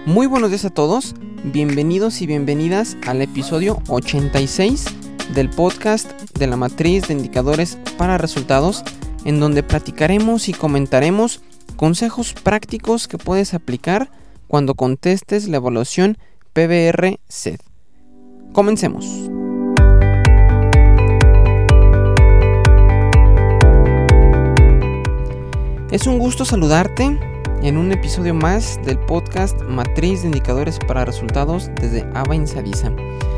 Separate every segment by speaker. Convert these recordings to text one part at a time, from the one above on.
Speaker 1: Muy buenos días a todos, bienvenidos y bienvenidas al episodio 86 del podcast de la matriz de indicadores para resultados, en donde platicaremos y comentaremos consejos prácticos que puedes aplicar cuando contestes la evaluación PBR-SED. Comencemos. Es un gusto saludarte en un episodio más del podcast Matriz de Indicadores para Resultados desde Ava Insadiza.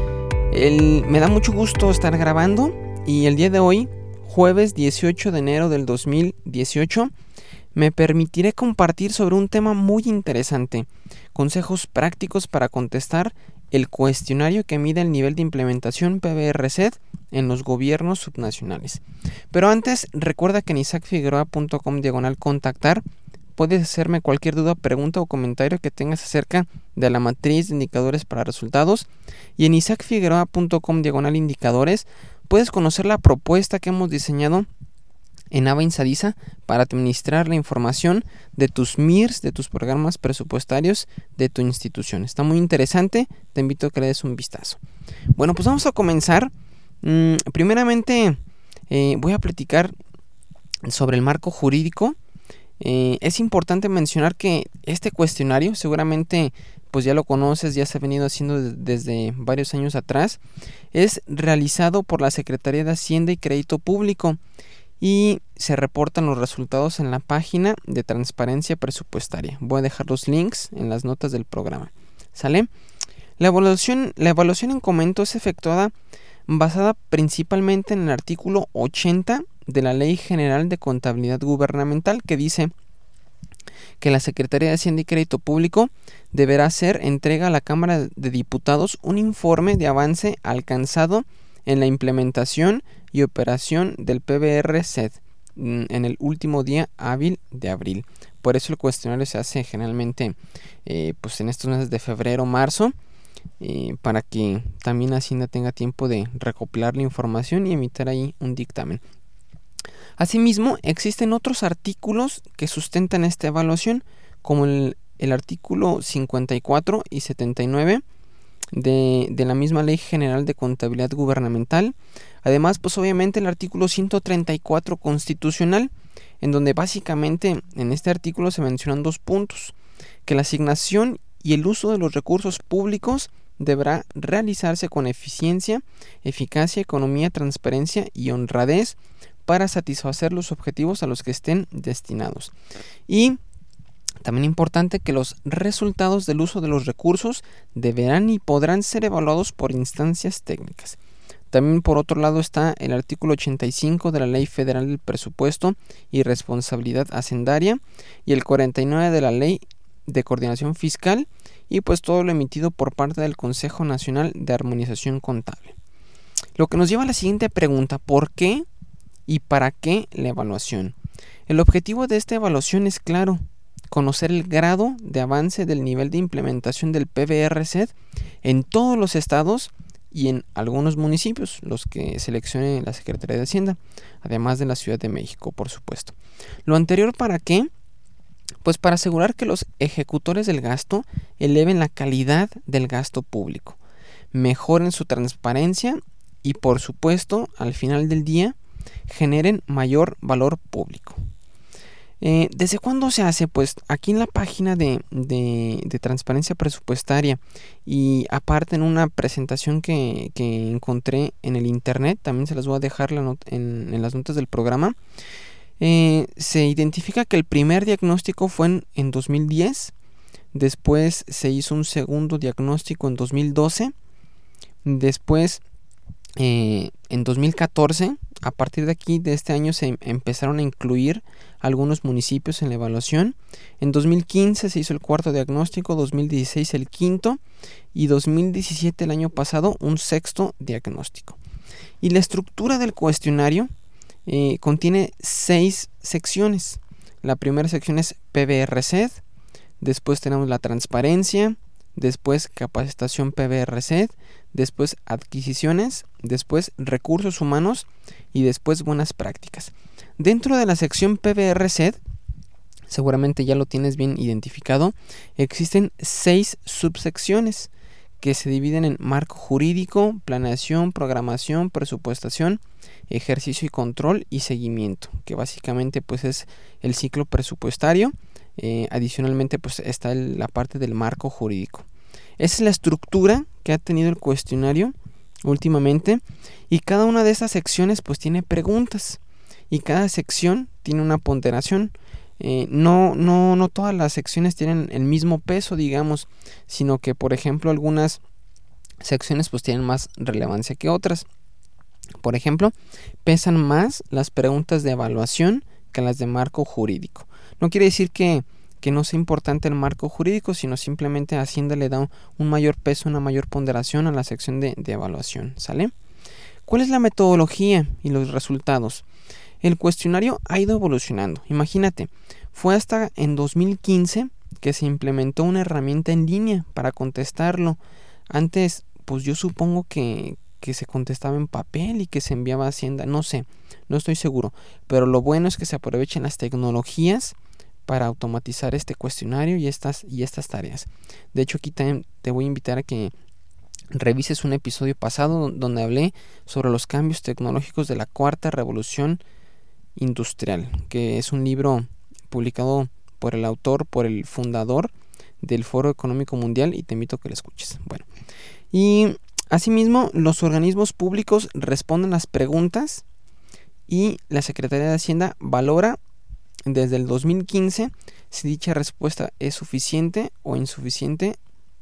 Speaker 1: Me da mucho gusto estar grabando y el día de hoy, jueves 18 de enero del 2018, me permitiré compartir sobre un tema muy interesante, consejos prácticos para contestar el cuestionario que mide el nivel de implementación PBR-SED en los gobiernos subnacionales. Pero antes, recuerda que en isaacfigueroa.com/contactar puedes hacerme cualquier duda, pregunta o comentario que tengas acerca de la matriz de indicadores para resultados, y en isaacfigueroa.com/indicadores puedes conocer la propuesta que hemos diseñado en Ava Insadiza para administrar la información de tus MIRs, de tus programas presupuestarios de tu institución. Está muy interesante, te invito a que le des un vistazo. Bueno, pues vamos a comenzar. Primeramente voy a platicar sobre el marco jurídico. Es importante mencionar que este cuestionario seguramente pues ya lo conoces, ya se ha venido haciendo desde varios años atrás. Es realizado por la Secretaría de Hacienda y Crédito Público y se reportan los resultados en la página de transparencia presupuestaria. Voy a dejar los links en las notas del programa. ¿Sale? La evaluación en comento es efectuada basada principalmente en el artículo 80 de la Ley General de Contabilidad Gubernamental, que dice que la Secretaría de Hacienda y Crédito Público deberá hacer entrega a la Cámara de Diputados un informe de avance alcanzado en la implementación y operación del PBR-SED en el último día hábil de abril. Por eso el cuestionario se hace generalmente pues en estos meses de febrero o marzo, para que también Hacienda tenga tiempo de recopilar la información y emitir ahí un dictamen. Asimismo, existen otros artículos que sustentan esta evaluación, como el artículo 54 y 79 de la misma Ley General de Contabilidad Gubernamental. Además, pues obviamente el artículo 134 constitucional, en donde básicamente en este artículo se mencionan dos puntos: que la asignación y el uso de los recursos públicos deberá realizarse con eficiencia, eficacia, economía, transparencia y honradez para satisfacer los objetivos a los que estén destinados. Y también importante que los resultados del uso de los recursos deberán y podrán ser evaluados por instancias técnicas. También por otro lado está el artículo 85 de la Ley Federal del Presupuesto y Responsabilidad Hacendaria y el 49 de la Ley de Coordinación Fiscal, y pues todo lo emitido por parte del Consejo Nacional de Armonización Contable. Lo que nos lleva a la siguiente pregunta: ¿por qué y para qué la evaluación? El objetivo de esta evaluación es claro: conocer el grado de avance del nivel de implementación del PBR-SED en todos los estados y en algunos municipios, los que seleccione la Secretaría de Hacienda, además de la Ciudad de México, por supuesto. ¿Lo anterior para qué? Pues para asegurar que los ejecutores del gasto eleven la calidad del gasto público, mejoren su transparencia y, por supuesto, al final del día, generen mayor valor público. ¿Desde cuándo se hace? Pues aquí en la página de transparencia presupuestaria, y aparte en una presentación que encontré en el internet, también se las voy a dejar en las notas del programa. Se identifica que el primer diagnóstico fue en 2010, después se hizo un segundo diagnóstico en 2012, después en 2014, a partir de aquí, de este año, se empezaron a incluir algunos municipios en la evaluación. En 2015 se hizo el cuarto diagnóstico, 2016 el quinto y 2017, el año pasado, un sexto diagnóstico. Y la estructura del cuestionario contiene 6 secciones. La primera sección es PBR-SED, después tenemos la transparencia, después capacitación PBR-SED, después adquisiciones, después recursos humanos y después buenas prácticas. Dentro de la sección PBR-SED seguramente ya lo tienes bien identificado. Existen 6 subsecciones que se dividen en marco jurídico, planeación, programación, presupuestación, ejercicio y control y seguimiento, que básicamente pues es el ciclo presupuestario. Adicionalmente pues está la parte del marco jurídico. Esa es la estructura que ha tenido el cuestionario últimamente, y cada una de esas secciones pues tiene preguntas, y cada sección tiene una ponderación. No todas las secciones tienen el mismo peso, digamos, sino que por ejemplo algunas secciones pues tienen más relevancia que otras. Por ejemplo, pesan más las preguntas de evaluación que las de marco jurídico. No quiere decir que no sea importante el marco jurídico, sino simplemente Hacienda le da un mayor peso, una mayor ponderación a la sección de evaluación, ¿sale? ¿Cuál es la metodología y los resultados? El cuestionario ha ido evolucionando. Imagínate, fue hasta en 2015 que se implementó una herramienta en línea para contestarlo. Antes, pues yo supongo que se contestaba en papel y que se enviaba a Hacienda. No sé, no estoy seguro. Pero lo bueno es que se aprovechen las tecnologías para automatizar este cuestionario y estas tareas. De hecho, aquí también te voy a invitar a que revises un episodio pasado donde hablé sobre los cambios tecnológicos de la cuarta revolución industrial, que es un libro publicado por el autor, por el fundador del Foro Económico Mundial, y te invito a que lo escuches. Bueno, y asimismo los organismos públicos responden las preguntas y la Secretaría de Hacienda valora desde el 2015 si dicha respuesta es suficiente o insuficiente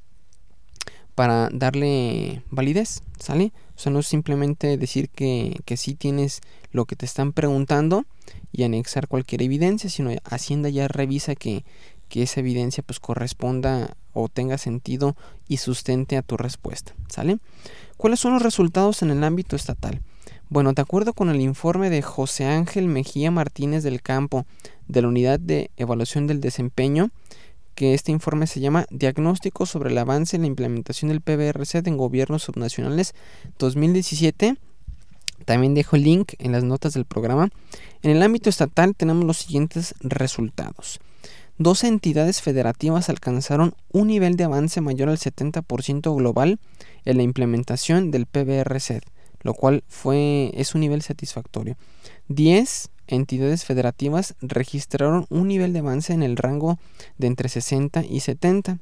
Speaker 1: para darle validez, ¿sale? O sea, no es simplemente decir que sí tienes lo que te están preguntando y anexar cualquier evidencia, sino Hacienda ya revisa que esa evidencia pues corresponda o tenga sentido y sustente a tu respuesta, ¿sale? ¿Cuáles son los resultados en el ámbito estatal? Bueno, de acuerdo con el informe de José Ángel Mejía Martínez del Campo de la Unidad de Evaluación del Desempeño, que este informe se llama Diagnóstico sobre el avance en la implementación del PBRZ en gobiernos subnacionales 2017. También dejo el link en las notas del programa. En el ámbito estatal tenemos los siguientes resultados. 12 entidades federativas alcanzaron un nivel de avance mayor al 70% global en la implementación del PBRZ, lo cual es un nivel satisfactorio. 10 entidades federativas registraron un nivel de avance en el rango de entre 60 y 70.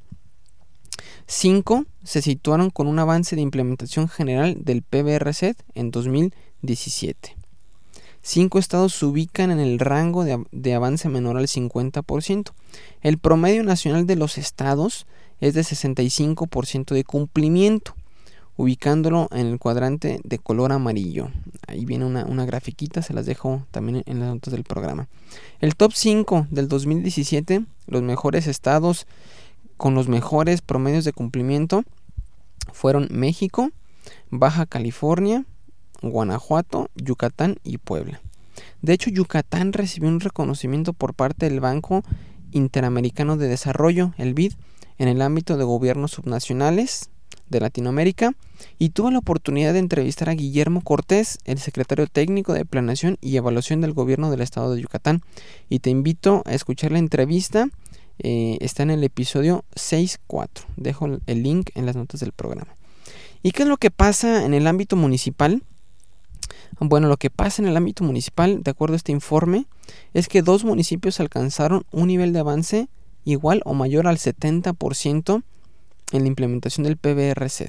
Speaker 1: 5 se situaron con un avance de implementación general del PBRZ en 2017. 5 estados se ubican en el rango de avance menor al 50%. El promedio nacional de los estados es de 65% de cumplimiento, ubicándolo en el cuadrante de color amarillo. Ahí viene una grafiquita, se las dejo también en las notas del programa. El top 5 del 2017, los mejores estados con los mejores promedios de cumplimiento fueron México, Baja California, Guanajuato, Yucatán y Puebla. De hecho, Yucatán recibió un reconocimiento por parte del Banco Interamericano de Desarrollo, el BID, en el ámbito de gobiernos subnacionales de Latinoamérica, y tuve la oportunidad de entrevistar a Guillermo Cortés, el secretario técnico de Planeación y Evaluación del Gobierno del Estado de Yucatán, y te invito a escuchar la entrevista. Está en el episodio 6.4. Dejo el link en las notas del programa. ¿Y qué es lo que pasa en el ámbito municipal? Bueno, lo que pasa en el ámbito municipal, de acuerdo a este informe, es que 2 municipios alcanzaron un nivel de avance igual o mayor al 70% en la implementación del PBRZ.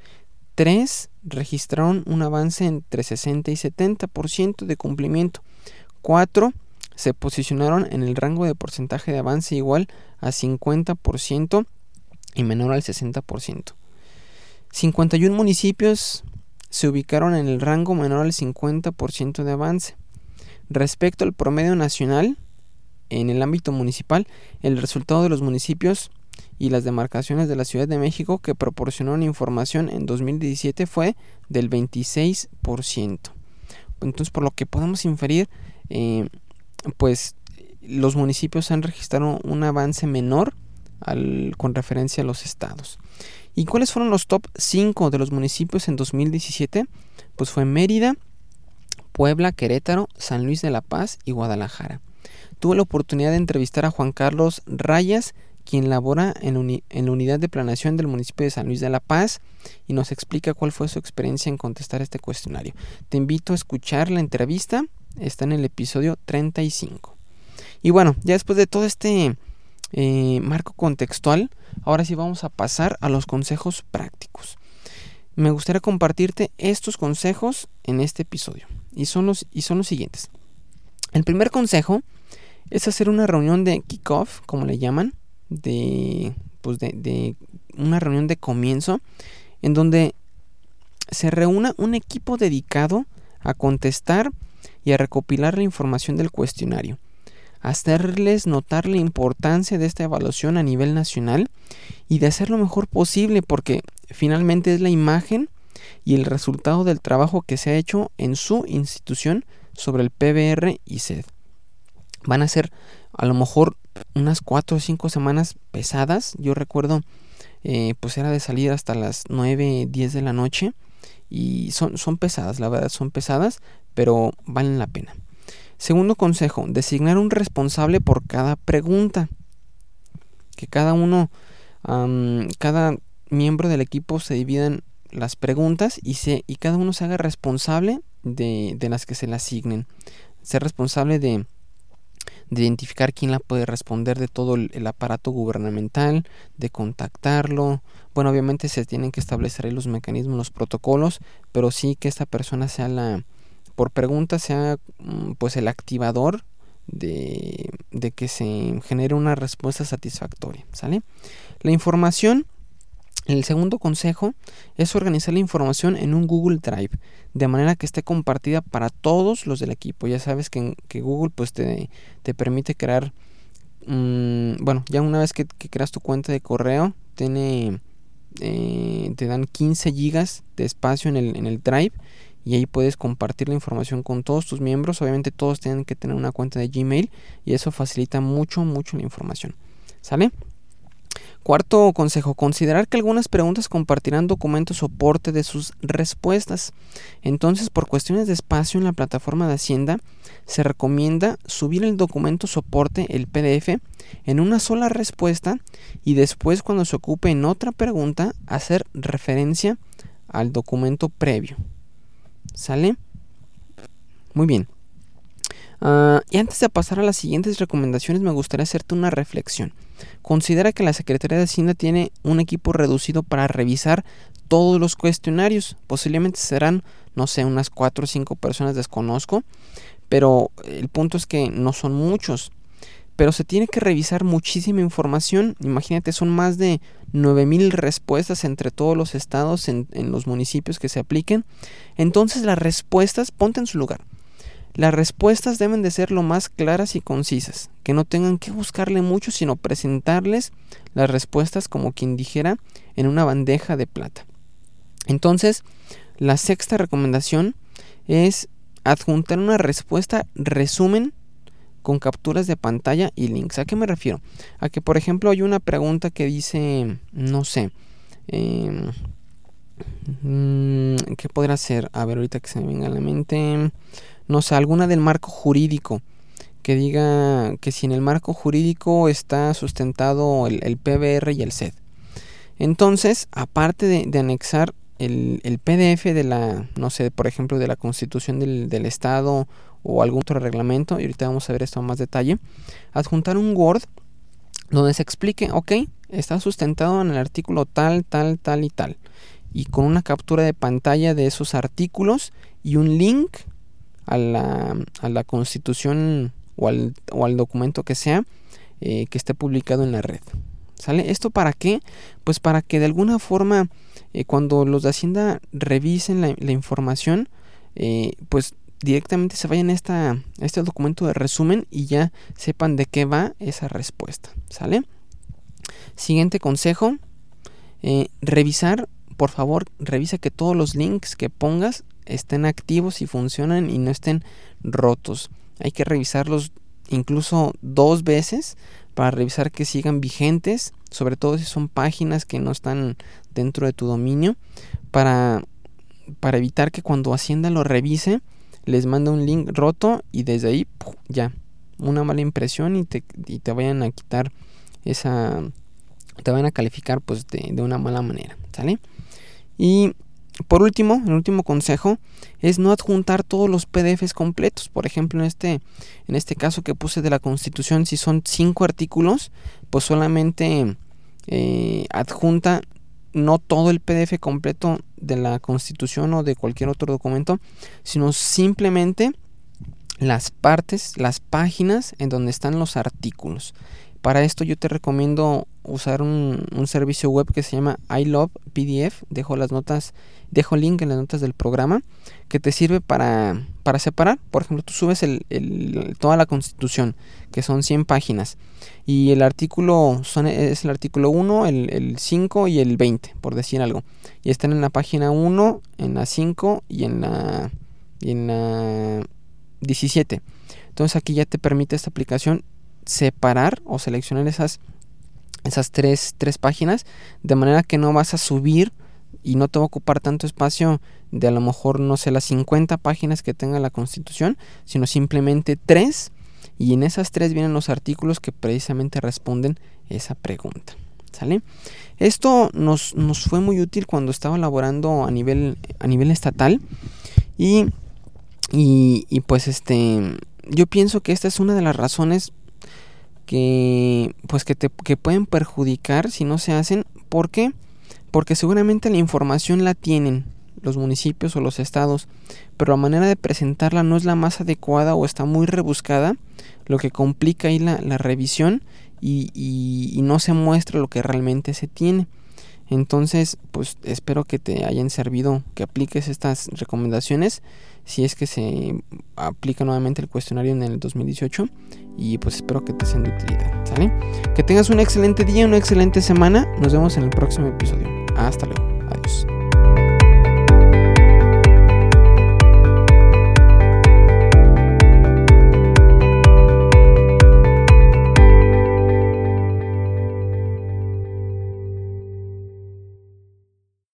Speaker 1: 3 registraron un avance entre 60 y 70% de cumplimiento. 4 se posicionaron en el rango de porcentaje de avance igual a 50% y menor al 60%. 51 municipios se ubicaron en el rango menor al 50% de avance. Respecto al promedio nacional, en el ámbito municipal, el resultado de los municipios y las demarcaciones de la Ciudad de México que proporcionaron información en 2017 fue del 26%. Entonces, por lo que podemos inferir, pues los municipios han registrado un avance menor con referencia a los estados. ¿Y cuáles fueron los top 5 de los municipios en 2017? Pues fue Mérida, Puebla, Querétaro, San Luis de la Paz y Guadalajara. tuve la oportunidad de entrevistar a Juan Carlos Rayas, quien labora en la unidad de planeación del municipio de San Luis de la Paz, y nos explica cuál fue su experiencia en contestar este cuestionario. Te invito a escuchar la entrevista, está en el episodio 35. Y bueno, ya después de todo este marco contextual, ahora sí vamos a pasar a los consejos prácticos. Me gustaría compartirte estos consejos en este episodio, y son los siguientes. El primer consejo es hacer una reunión de kick-off, como le llaman, de una reunión de comienzo, en donde se reúna un equipo dedicado a contestar y a recopilar la información del cuestionario, hacerles notar la importancia de esta evaluación a nivel nacional y de hacer lo mejor posible, porque finalmente es la imagen y el resultado del trabajo que se ha hecho en su institución sobre el PBR y SED. Van a ser a lo mejor unas 4 o 5 semanas pesadas. Yo recuerdo pues era de salir hasta las 9, 10 de la noche, y son pesadas, la verdad son pesadas, pero valen la pena. Segundo consejo, designar un responsable por cada pregunta. Que cada miembro del equipo se dividan las preguntas y cada uno se haga responsable de las que se le asignen. Ser responsable de identificar quién la puede responder, de todo el aparato gubernamental, de contactarlo. Bueno, obviamente se tienen que establecer ahí los mecanismos, los protocolos, pero sí que esta persona sea por pregunta sea pues el activador de que se genere una respuesta satisfactoria, ¿sale? La información. El segundo consejo es organizar la información en un Google Drive, de manera que esté compartida para todos los del equipo. Ya sabes que Google pues te permite crear, ya una vez que creas tu cuenta de correo, te dan 15 gigas de espacio en el Drive, y ahí puedes compartir la información con todos tus miembros. Obviamente todos tienen que tener una cuenta de Gmail, y eso facilita mucho la información, ¿sale? Cuarto consejo, considerar que algunas preguntas compartirán documento soporte de sus respuestas. Entonces, por cuestiones de espacio en la plataforma de Hacienda, se recomienda subir el documento soporte, el PDF, en una sola respuesta, y después, cuando se ocupe en otra pregunta, hacer referencia al documento previo. ¿Sale? Muy bien. Y antes de pasar a las siguientes recomendaciones, me gustaría hacerte una reflexión. Considera que la Secretaría de Hacienda tiene un equipo reducido para revisar todos los cuestionarios. Posiblemente serán, no sé, unas 4 o 5 personas, desconozco, pero el punto es que no son muchos. Pero se tiene que revisar muchísima información. Imagínate, son más de 9,000 respuestas entre todos los estados en los municipios que se apliquen. Entonces las respuestas, ponte en su lugar. Las respuestas deben de ser lo más claras y concisas, que no tengan que buscarle mucho, sino presentarles las respuestas como quien dijera en una bandeja de plata. Entonces, la sexta recomendación es adjuntar una respuesta resumen con capturas de pantalla y links. ¿A qué me refiero? A que, por ejemplo, hay una pregunta que dice, no sé, ¿qué podrá ser? A ver, ahorita que se me venga a la mente, no sé, alguna del marco jurídico, que diga que si en el marco jurídico está sustentado el PBR y el SED. Entonces, aparte de anexar el PDF de la, no sé, por ejemplo, de la Constitución del Estado o algún otro reglamento, y ahorita vamos a ver esto en más detalle, adjuntar un Word donde se explique, ok, está sustentado en el artículo tal y tal, y con una captura de pantalla de esos artículos y un link a la Constitución o al documento que sea que esté publicado en la red. ¿Sale? ¿Esto para qué? Pues para que de alguna forma cuando los de Hacienda revisen la información, pues directamente se vayan a este documento de resumen y ya sepan de qué va esa respuesta. ¿Sale? Siguiente consejo, revisar, por favor, revisa que todos los links que pongas estén activos y funcionan y no estén rotos. Hay que revisarlos incluso 2 veces para revisar que sigan vigentes, sobre todo si son páginas que no están dentro de tu dominio, para evitar que cuando Hacienda lo revise les manda un link roto y desde ahí ya una mala impresión y te vayan a quitar te van a calificar pues de una mala manera, ¿sale? Y por último, el último consejo es no adjuntar todos los PDFs completos. Por ejemplo, en este caso que puse de la Constitución, si son 5 artículos, pues solamente adjunta no todo el PDF completo de la Constitución o de cualquier otro documento, sino simplemente las partes, las páginas en donde están los artículos. Para esto yo te recomiendo usar un servicio web que se llama I Love PDF. Dejo el link en las notas del programa, que te sirve para separar. Por ejemplo, tú subes toda la Constitución, que son 100 páginas, y el artículo es el artículo 1, el 5 y el 20, por decir algo, y están en la página 1, en la 5 y en la 17. Entonces aquí ya te permite esta aplicación separar o seleccionar esas tres páginas, de manera que no vas a subir y no te va a ocupar tanto espacio de a lo mejor, no sé, las 50 páginas que tenga la Constitución, sino simplemente 3, y en esas 3 vienen los artículos que precisamente responden esa pregunta, ¿sale? Esto nos fue muy útil cuando estaba elaborando a nivel estatal, y pues yo pienso que esta es una de las razones que pueden perjudicar si no se hacen. ¿Por qué? Porque seguramente la información la tienen los municipios o los estados, pero la manera de presentarla no es la más adecuada o está muy rebuscada, lo que complica ahí la revisión y no se muestra lo que realmente se tiene. Entonces, pues espero que te hayan servido, que apliques estas recomendaciones si es que se aplica nuevamente el cuestionario en el 2018, y pues espero que te sean de utilidad, ¿sale? Que tengas un excelente día, una excelente semana. Nos vemos en el próximo episodio. Hasta luego.